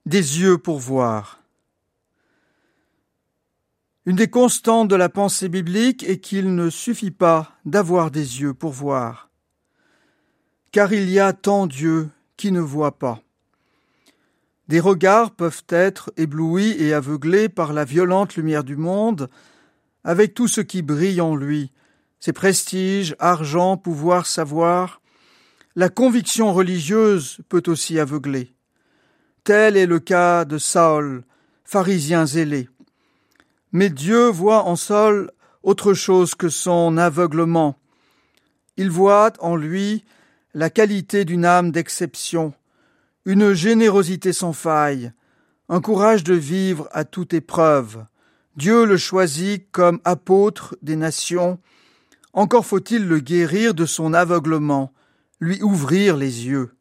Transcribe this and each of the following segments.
des yeux pour voir. Une des constantes de la pensée biblique est qu'il ne suffit pas d'avoir des yeux pour voir, car il y a tant d'yeux qui ne voient pas. Des regards peuvent être éblouis et aveuglés par la violente lumière du monde, avec tout ce qui brille en lui, ses prestiges, argent, pouvoir, savoir. La conviction religieuse peut aussi aveugler. Tel est le cas de Saül, pharisien zélé. Mais Dieu voit en Saül autre chose que son aveuglement. Il voit en lui la qualité d'une âme d'exception, une générosité sans faille, un courage de vivre à toute épreuve. Dieu le choisit comme apôtre des nations. Encore faut-il le guérir de son aveuglement, lui ouvrir les yeux.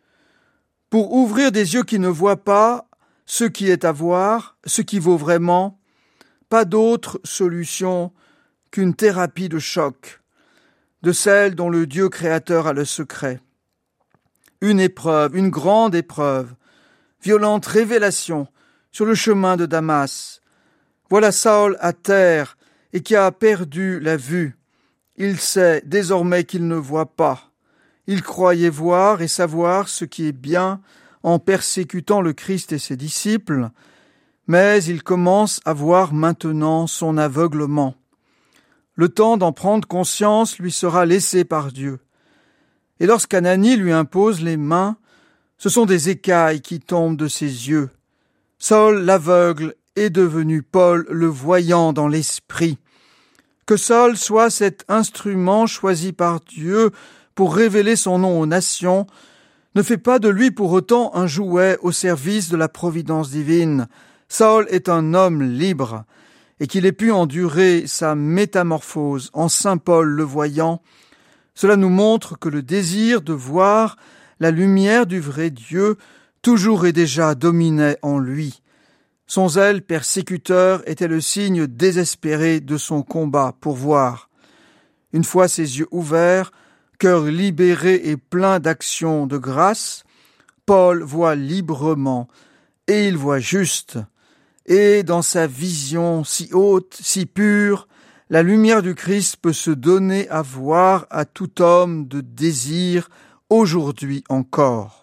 Pour ouvrir des yeux qui ne voient pas ce qui est à voir, ce qui vaut vraiment, pas d'autre solution qu'une thérapie de choc, de celle dont le Dieu créateur a le secret. Une épreuve, une grande épreuve, violente révélation sur le chemin de Damas. Voilà Saül à terre et qui a perdu la vue. Il sait désormais qu'il ne voit pas. Il croyait voir et savoir ce qui est bien en persécutant le Christ et ses disciples, mais il commence à voir maintenant son aveuglement. Le temps d'en prendre conscience lui sera laissé par Dieu. Et lorsqu'Ananie lui impose les mains, ce sont des écailles qui tombent de ses yeux. Saül l'aveugle est devenu Paul le voyant dans l'esprit. Que Saül soit cet instrument choisi par Dieu pour révéler son nom aux nations ne fait pas de lui pour autant un jouet au service de la providence divine. Saül est un homme libre, et qu'il ait pu endurer sa métamorphose en saint Paul le voyant, cela nous montre que le désir de voir la lumière du vrai Dieu toujours et déjà dominait en lui. Son zèle persécuteur était le signe désespéré de son combat pour voir. Une fois ses yeux ouverts, cœur libéré et plein d'action de grâce, Paul voit librement, et il voit juste. Et dans sa vision si haute, si pure, la lumière du Christ peut se donner à voir à tout homme de désir aujourd'hui encore.